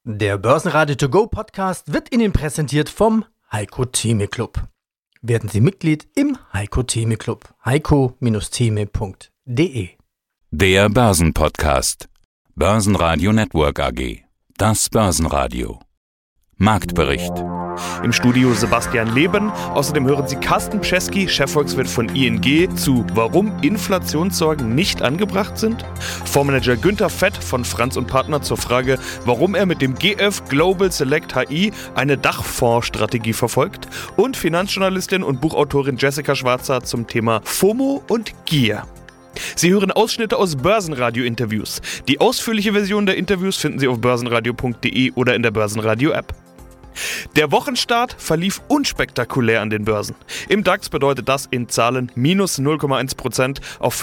Der Börsenradio To Go Podcast wird Ihnen präsentiert vom Heiko Theme Club. Werden Sie Mitglied im Heiko Theme Club. heiko-theme.de. Der Börsenpodcast. Börsenradio Network AG. Das Börsenradio. Marktbericht. Im Studio Sebastian Leben. Außerdem hören Sie Carsten Pschesky, Chefvolkswirt von ING, zu Warum Inflationssorgen nicht angebracht sind. Fondsmanager Günther Fett von Franz und Partner zur Frage, warum er mit dem GF Global Select HI eine Dachfondsstrategie verfolgt. Und Finanzjournalistin und Buchautorin Jessica Schwarzer zum Thema FOMO und Gier. Sie hören Ausschnitte aus Börsenradio-Interviews. Die ausführliche Version der Interviews finden Sie auf börsenradio.de oder in der Börsenradio-App. Der Wochenstart verlief unspektakulär an den Börsen. Im DAX bedeutet das in Zahlen minus 0,1% auf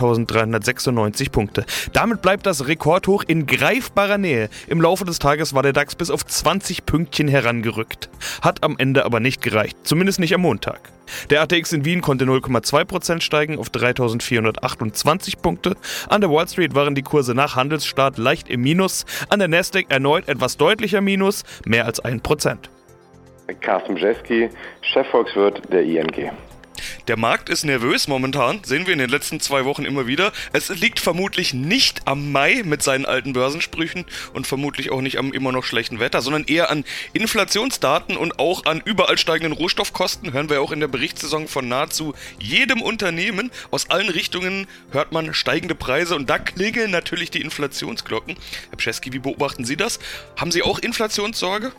15.396 Punkte. Damit bleibt das Rekordhoch in greifbarer Nähe. Im Laufe des Tages war der DAX bis auf 20 Pünktchen herangerückt. Hat am Ende aber nicht gereicht, zumindest nicht am Montag. Der ATX in Wien konnte 0,2% steigen auf 3.428 Punkte. An der Wall Street waren die Kurse nach Handelsstart leicht im Minus. An der Nasdaq erneut etwas deutlicher Minus, mehr als 1%. Carsten Pschesky, Chefvolkswirt der ING. Der Markt ist nervös momentan, sehen wir in den letzten 2 Wochen immer wieder. Es liegt vermutlich nicht am Mai mit seinen alten Börsensprüchen und vermutlich auch nicht am immer noch schlechten Wetter, sondern eher an Inflationsdaten und auch an überall steigenden Rohstoffkosten. Hören wir auch in der Berichtssaison von nahezu jedem Unternehmen. Aus allen Richtungen hört man steigende Preise und da klingeln natürlich die Inflationsglocken. Herr Pschesky, wie beobachten Sie das? Haben Sie auch Inflationssorge?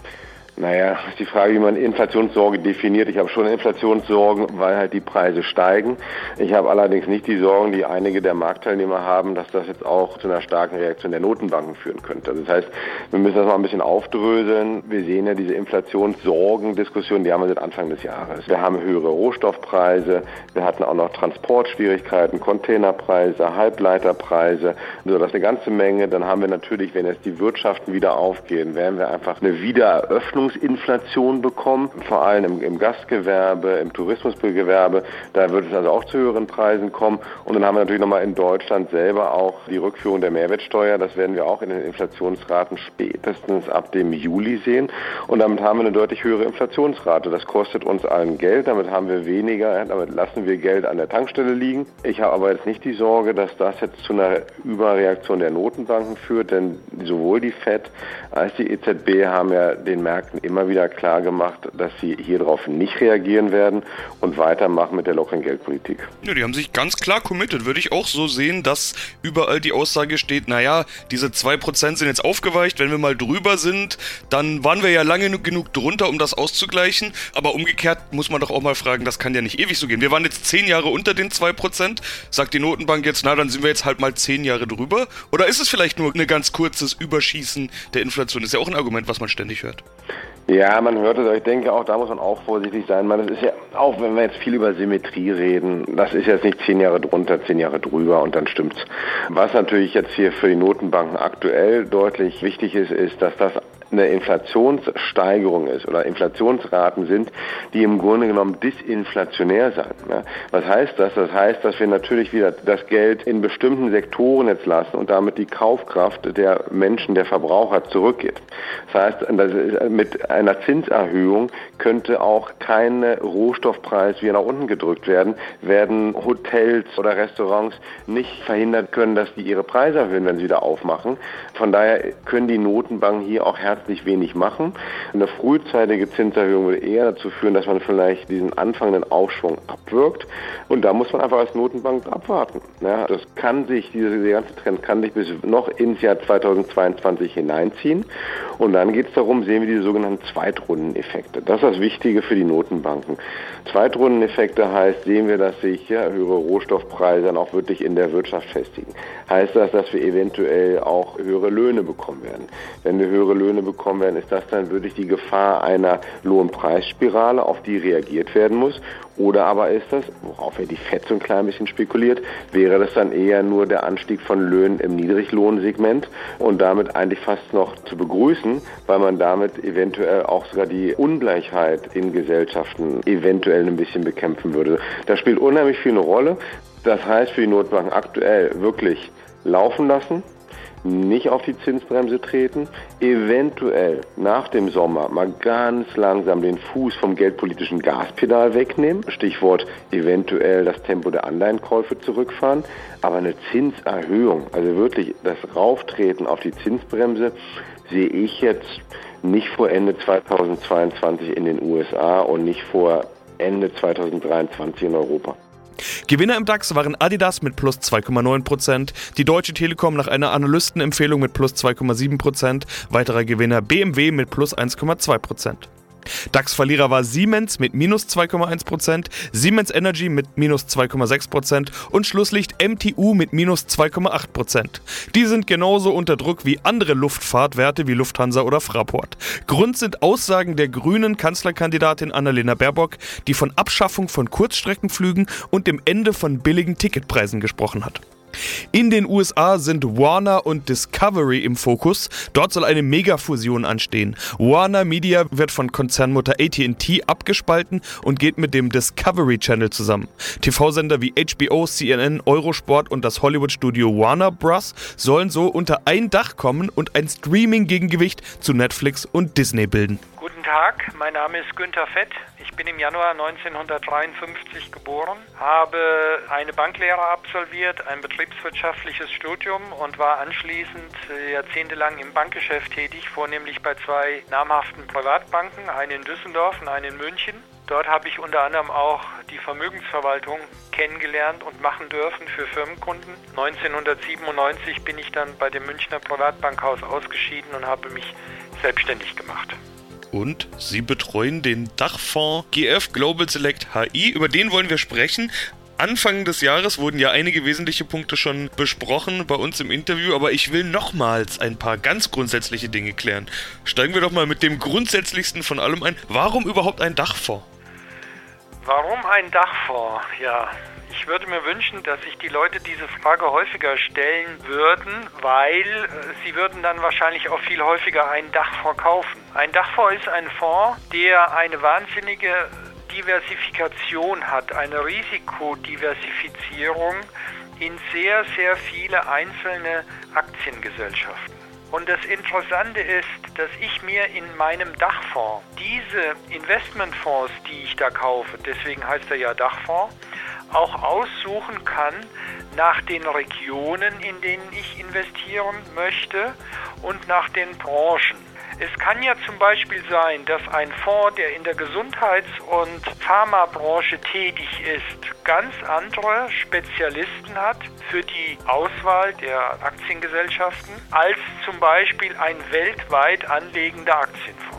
Naja, ist die Frage, wie man Inflationssorge definiert. Ich habe schon Inflationssorgen, weil halt die Preise steigen. Ich habe allerdings nicht die Sorgen, die einige der Marktteilnehmer haben, dass das jetzt auch zu einer starken Reaktion der Notenbanken führen könnte. Das heißt, wir müssen das mal ein bisschen aufdröseln. Wir sehen ja diese Inflationssorgen-Diskussion, die haben wir seit Anfang des Jahres. Wir haben höhere Rohstoffpreise, wir hatten auch noch Transportschwierigkeiten, Containerpreise, Halbleiterpreise, so das ist eine ganze Menge. Dann haben wir natürlich, wenn jetzt die Wirtschaften wieder aufgehen, werden wir einfach eine Wiedereröffnung Inflation bekommen, vor allem im Gastgewerbe, im Tourismusgewerbe. Da wird es also auch zu höheren Preisen kommen. Und dann haben wir natürlich nochmal in Deutschland selber auch die Rückführung der Mehrwertsteuer. Das werden wir auch in den Inflationsraten spätestens ab dem Juli sehen. Und damit haben wir eine deutlich höhere Inflationsrate. Das kostet uns allen Geld. Damit haben wir weniger, damit lassen wir Geld an der Tankstelle liegen. Ich habe aber jetzt nicht die Sorge, dass das jetzt zu einer Überreaktion der Notenbanken führt, denn sowohl die FED als die EZB haben ja den Märkten immer wieder klar gemacht, dass sie hier drauf nicht reagieren werden und weitermachen mit der lockeren Geldpolitik. Ja, die haben sich ganz klar committed. Würde ich auch so sehen, dass überall die Aussage steht, naja, diese 2% sind jetzt aufgeweicht, wenn wir mal drüber sind, dann waren wir ja lange genug drunter, um das auszugleichen, aber umgekehrt muss man doch auch mal fragen, das kann ja nicht ewig so gehen. Wir waren jetzt 10 Jahre unter den 2%, sagt die Notenbank jetzt, na, dann sind wir jetzt halt mal 10 Jahre drüber, oder ist es vielleicht nur ein ganz kurzes Überschießen der Inflation? Das ist ja auch ein Argument, was man ständig hört. Ja, man hört es, aber ich denke auch, da muss man auch vorsichtig sein. Das ist ja, auch wenn wir jetzt viel über Symmetrie reden, das ist jetzt nicht 10 Jahre drunter, 10 Jahre drüber und dann stimmt's. Was natürlich jetzt hier für die Notenbanken aktuell deutlich wichtig ist, ist, dass das eine Inflationssteigerung ist oder Inflationsraten sind, die im Grunde genommen disinflationär sind. Was heißt das? Das heißt, dass wir natürlich wieder das Geld in bestimmten Sektoren jetzt lassen und damit die Kaufkraft der Menschen, der Verbraucher zurückgeht. Das heißt, mit einer Zinserhöhung könnte auch kein Rohstoffpreis wieder nach unten gedrückt werden Hotels oder Restaurants nicht verhindern können, dass die ihre Preise erhöhen, wenn sie wieder aufmachen. Von daher können die Notenbanken hier auch herzlich wenig machen. Eine frühzeitige Zinserhöhung würde eher dazu führen, dass man vielleicht diesen anfangenden Aufschwung abwirkt. Und da muss man einfach als Notenbank abwarten. Ja, das kann sich, dieser ganze Trend kann sich bis noch ins Jahr 2022 hineinziehen. Und dann geht es darum, sehen wir diese sogenannten Zweitrundeneffekte. Das ist das Wichtige für die Notenbanken. Zweitrundeneffekte heißt, sehen wir, dass sich höhere Rohstoffpreise dann auch wirklich in der Wirtschaft festigen. Heißt das, dass wir eventuell auch höhere Löhne bekommen werden. Wenn wir höhere Löhne bekommen werden, ist das dann wirklich die Gefahr einer Lohnpreisspirale, auf die reagiert werden muss. Oder aber ist das, worauf ja die FED so ein klein bisschen spekuliert, wäre das dann eher nur der Anstieg von Löhnen im Niedriglohnsegment und damit eigentlich fast noch zu begrüßen, weil man damit eventuell auch sogar die Ungleichheit in Gesellschaften eventuell ein bisschen bekämpfen würde. Das spielt unheimlich viel eine Rolle. Das heißt für die Notenbanken aktuell wirklich laufen lassen, nicht auf die Zinsbremse treten, eventuell nach dem Sommer mal ganz langsam den Fuß vom geldpolitischen Gaspedal wegnehmen, Stichwort eventuell das Tempo der Anleihenkäufe zurückfahren, aber eine Zinserhöhung, also wirklich das Rauftreten auf die Zinsbremse, sehe ich jetzt nicht vor Ende 2022 in den USA und nicht vor Ende 2023 in Europa. Gewinner im DAX waren Adidas mit plus 2,9%, die Deutsche Telekom nach einer Analystenempfehlung mit plus 2,7%, weiterer Gewinner BMW mit plus 1,2%. DAX-Verlierer war Siemens mit minus 2,1%, Siemens Energy mit minus 2,6% und Schlusslicht MTU mit minus 2,8%. Die sind genauso unter Druck wie andere Luftfahrtwerte wie Lufthansa oder Fraport. Grund sind Aussagen der grünen Kanzlerkandidatin Annalena Baerbock, die von Abschaffung von Kurzstreckenflügen und dem Ende von billigen Ticketpreisen gesprochen hat. In den USA sind Warner und Discovery im Fokus. Dort soll eine Megafusion anstehen. Warner Media wird von Konzernmutter AT&T abgespalten und geht mit dem Discovery Channel zusammen. TV-Sender wie HBO, CNN, Eurosport und das Hollywood-Studio Warner Bros. Sollen so unter ein Dach kommen und ein Streaming-Gegengewicht zu Netflix und Disney bilden. Guten Tag, mein Name ist Günther Fett. Ich bin im Januar 1953 geboren, habe eine Banklehre absolviert, ein betriebswirtschaftliches Studium und war anschließend jahrzehntelang im Bankgeschäft tätig, vornehmlich bei zwei namhaften Privatbanken, eine in Düsseldorf und eine in München. Dort habe ich unter anderem auch die Vermögensverwaltung kennengelernt und machen dürfen für Firmenkunden. 1997 bin ich dann bei dem Münchner Privatbankhaus ausgeschieden und habe mich selbstständig gemacht. Und Sie betreuen den Dachfonds GF Global Select HI, über den wollen wir sprechen. Anfang des Jahres wurden ja einige wesentliche Punkte schon besprochen bei uns im Interview, aber ich will nochmals ein paar ganz grundsätzliche Dinge klären. Steigen wir doch mal mit dem grundsätzlichsten von allem ein. Warum überhaupt ein Dachfonds? Warum ein Dachfonds? Ja, ich würde mir wünschen, dass sich die Leute diese Frage häufiger stellen würden, weil sie würden dann wahrscheinlich auch viel häufiger einen Dachfonds kaufen. Ein Dachfonds ist ein Fonds, der eine wahnsinnige Diversifikation hat, eine Risikodiversifizierung in sehr, sehr viele einzelne Aktiengesellschaften. Und das Interessante ist, dass ich mir in meinem Dachfonds diese Investmentfonds, die ich da kaufe, deswegen heißt er ja Dachfonds, auch aussuchen kann nach den Regionen, in denen ich investieren möchte und nach den Branchen. Es kann ja zum Beispiel sein, dass ein Fonds, der in der Gesundheits- und Pharmabranche tätig ist, ganz andere Spezialisten hat für die Auswahl der Aktiengesellschaften als zum Beispiel ein weltweit anlegender Aktienfonds.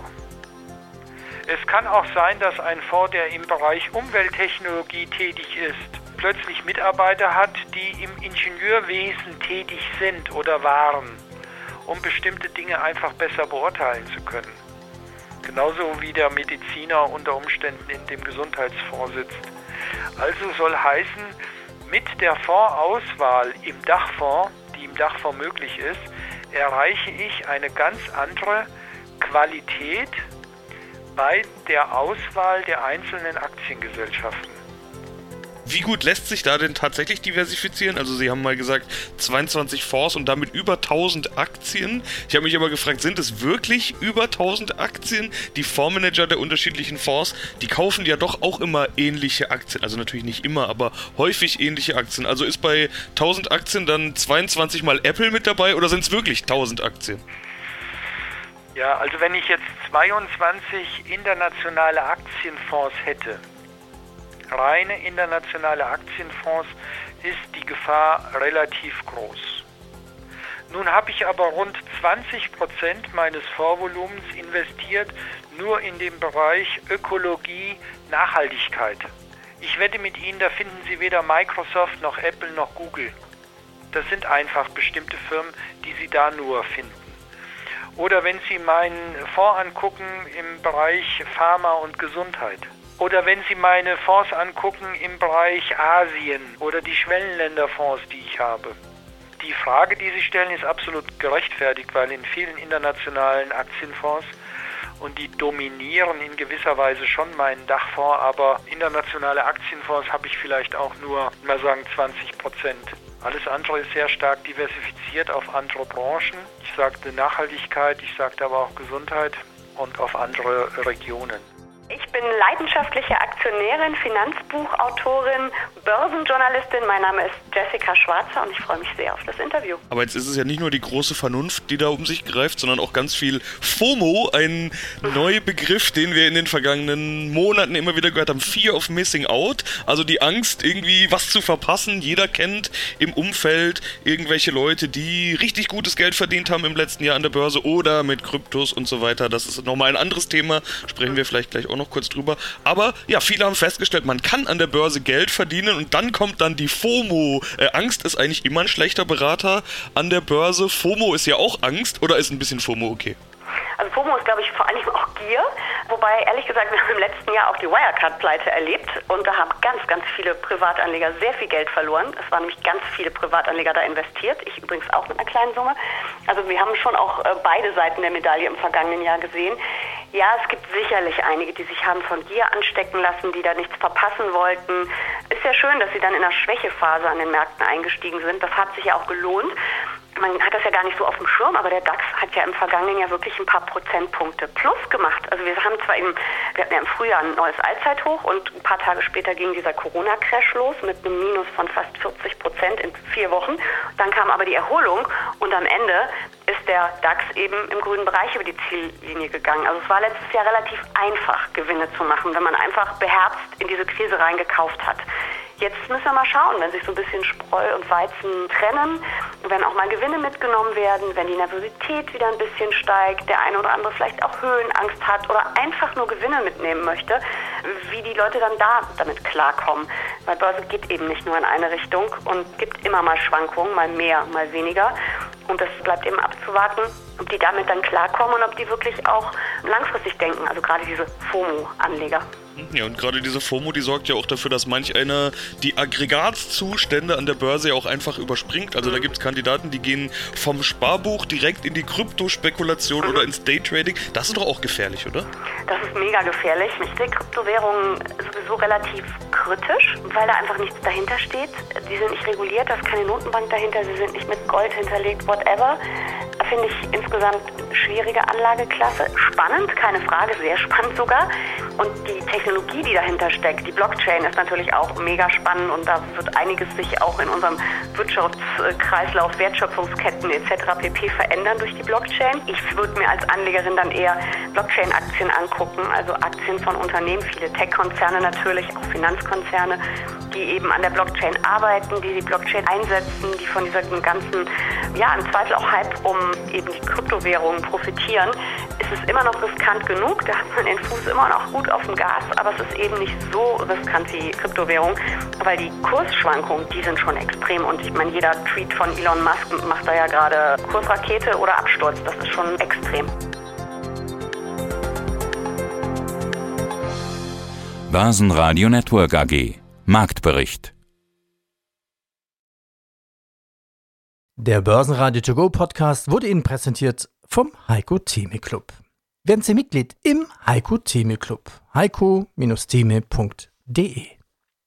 Es kann auch sein, dass ein Fonds, der im Bereich Umwelttechnologie tätig ist, plötzlich Mitarbeiter hat, die im Ingenieurwesen tätig sind oder waren, um bestimmte Dinge einfach besser beurteilen zu können. Genauso wie der Mediziner unter Umständen in dem Gesundheitsfonds sitzt. Also soll heißen, mit der Fondsauswahl im Dachfonds, die im Dachfonds möglich ist, erreiche ich eine ganz andere Qualität bei der Auswahl der einzelnen Aktiengesellschaften. Wie gut lässt sich da denn tatsächlich diversifizieren? Also Sie haben mal gesagt 22 Fonds und damit über 1000 Aktien. Ich habe mich aber gefragt, sind es wirklich über 1000 Aktien? Die Fondsmanager der unterschiedlichen Fonds, die kaufen ja doch auch immer ähnliche Aktien. Also natürlich nicht immer, aber häufig ähnliche Aktien. Also ist bei 1000 Aktien dann 22 mal Apple mit dabei oder sind es wirklich 1000 Aktien? Ja, also wenn ich jetzt 22 internationale Aktienfonds hätte, reine internationale Aktienfonds, ist die Gefahr relativ groß. Nun habe ich aber rund 20% meines Fondsvolumens investiert nur in den Bereich Ökologie, Nachhaltigkeit. Ich wette mit Ihnen, da finden Sie weder Microsoft noch Apple noch Google. Das sind einfach bestimmte Firmen, die Sie da nur finden. Oder wenn Sie meinen Fonds angucken im Bereich Pharma und Gesundheit. Oder wenn Sie meine Fonds angucken im Bereich Asien oder die Schwellenländerfonds, die ich habe. Die Frage, die Sie stellen, ist absolut gerechtfertigt, weil in vielen internationalen Aktienfonds, und die dominieren in gewisser Weise schon meinen Dachfonds, aber internationale Aktienfonds habe ich vielleicht auch nur, mal sagen, 20%. Alles andere ist sehr stark diversifiziert auf andere Branchen. Ich sagte Nachhaltigkeit, ich sagte aber auch Gesundheit und auf andere Regionen. Ich bin leidenschaftliche Aktionärin, Finanzbuchautorin, Börsenjournalistin. Mein Name ist Jessica Schwarzer und ich freue mich sehr auf das Interview. Aber jetzt ist es ja nicht nur die große Vernunft, die da um sich greift, sondern auch ganz viel FOMO, ein neuer Begriff, den wir in den vergangenen Monaten immer wieder gehört haben. Fear of Missing Out, also die Angst, irgendwie was zu verpassen. Jeder kennt im Umfeld irgendwelche Leute, die richtig gutes Geld verdient haben im letzten Jahr an der Börse oder mit Kryptos und so weiter. Das ist nochmal ein anderes Thema, sprechen wir vielleicht gleich auch noch kurz drüber. Aber ja, viele haben festgestellt, man kann an der Börse Geld verdienen und dann kommt dann die FOMO. Angst ist eigentlich immer ein schlechter Berater an der Börse. FOMO ist ja auch Angst, oder ist ein bisschen FOMO okay? Also FOMO ist, glaube ich, vor allem auch Gier. Wobei, ehrlich gesagt, wir haben im letzten Jahr auch die Wirecard-Pleite erlebt und da haben ganz, ganz viele Privatanleger sehr viel Geld verloren. Es waren nämlich ganz viele Privatanleger da investiert. Ich übrigens auch mit einer kleinen Summe. Also wir haben schon auch beide Seiten der Medaille im vergangenen Jahr gesehen. Ja, es gibt sicherlich einige, die sich haben von Gier anstecken lassen, die da nichts verpassen wollten. Ist ja schön, dass sie dann in einer Schwächephase an den Märkten eingestiegen sind. Das hat sich ja auch gelohnt. Man hat das ja gar nicht so auf dem Schirm, aber der DAX hat ja im vergangenen Jahr wirklich ein paar Prozentpunkte plus gemacht. Also wir hatten ja im Frühjahr ein neues Allzeithoch und ein paar Tage später ging dieser Corona-Crash los mit einem Minus von fast 40% in 4 Wochen. Dann kam aber die Erholung und am Ende ist der DAX eben im grünen Bereich über die Ziellinie gegangen. Also es war letztes Jahr relativ einfach, Gewinne zu machen, wenn man einfach beherzt in diese Krise reingekauft hat. Jetzt müssen wir mal schauen, wenn sich so ein bisschen Spreu und Weizen trennen, wenn auch mal Gewinne mitgenommen werden, wenn die Nervosität wieder ein bisschen steigt, der eine oder andere vielleicht auch Höhenangst hat oder einfach nur Gewinne mitnehmen möchte, wie die Leute dann damit klarkommen. Weil Börse geht eben nicht nur in eine Richtung und gibt immer mal Schwankungen, mal mehr, mal weniger. Und das bleibt eben abzuwarten, ob die damit dann klarkommen und ob die wirklich auch langfristig denken, also gerade diese FOMO-Anleger. Ja, und gerade diese FOMO, die sorgt ja auch dafür, dass manch einer die Aggregatzustände an der Börse ja auch einfach überspringt. Also da gibt es Kandidaten, die gehen vom Sparbuch direkt in die Kryptospekulation oder ins Daytrading. Das ist doch auch gefährlich, oder? Das ist mega gefährlich. Ich sehe Kryptowährungen sowieso relativ kritisch, weil da einfach nichts dahinter steht. Die sind nicht reguliert, da ist keine Notenbank dahinter, sie sind nicht mit Gold hinterlegt, whatever. Finde ich insgesamt schwierige Anlageklasse. Spannend, keine Frage, sehr spannend sogar. Und die Technologie, die dahinter steckt, die Blockchain ist natürlich auch mega spannend und da wird einiges sich auch in unserem Wirtschaftskreislauf, Wertschöpfungsketten etc. pp. Verändern durch die Blockchain. Ich würde mir als Anlegerin dann eher Blockchain-Aktien angucken, also Aktien von Unternehmen, viele Tech-Konzerne natürlich, auch Finanzkonzerne, die eben an der Blockchain arbeiten, die Blockchain einsetzen, die von diesem ganzen, ja, im Zweifel auch Hype um eben die Kryptowährungen profitieren, ist es immer noch riskant genug. Da hat man den Fuß immer noch gut auf dem Gas, aber es ist eben nicht so riskant wie Kryptowährung, weil die Kursschwankungen, die sind schon extrem. Und ich meine, jeder Tweet von Elon Musk macht da ja gerade Kursrakete oder Absturz. Das ist schon extrem. Börsenradio Network AG. Marktbericht. Der Börsenradio To Go Podcast wurde Ihnen präsentiert vom Heiko Thieme Club. Werden Sie Mitglied im Heiko Thieme Club. heiko-thieme.de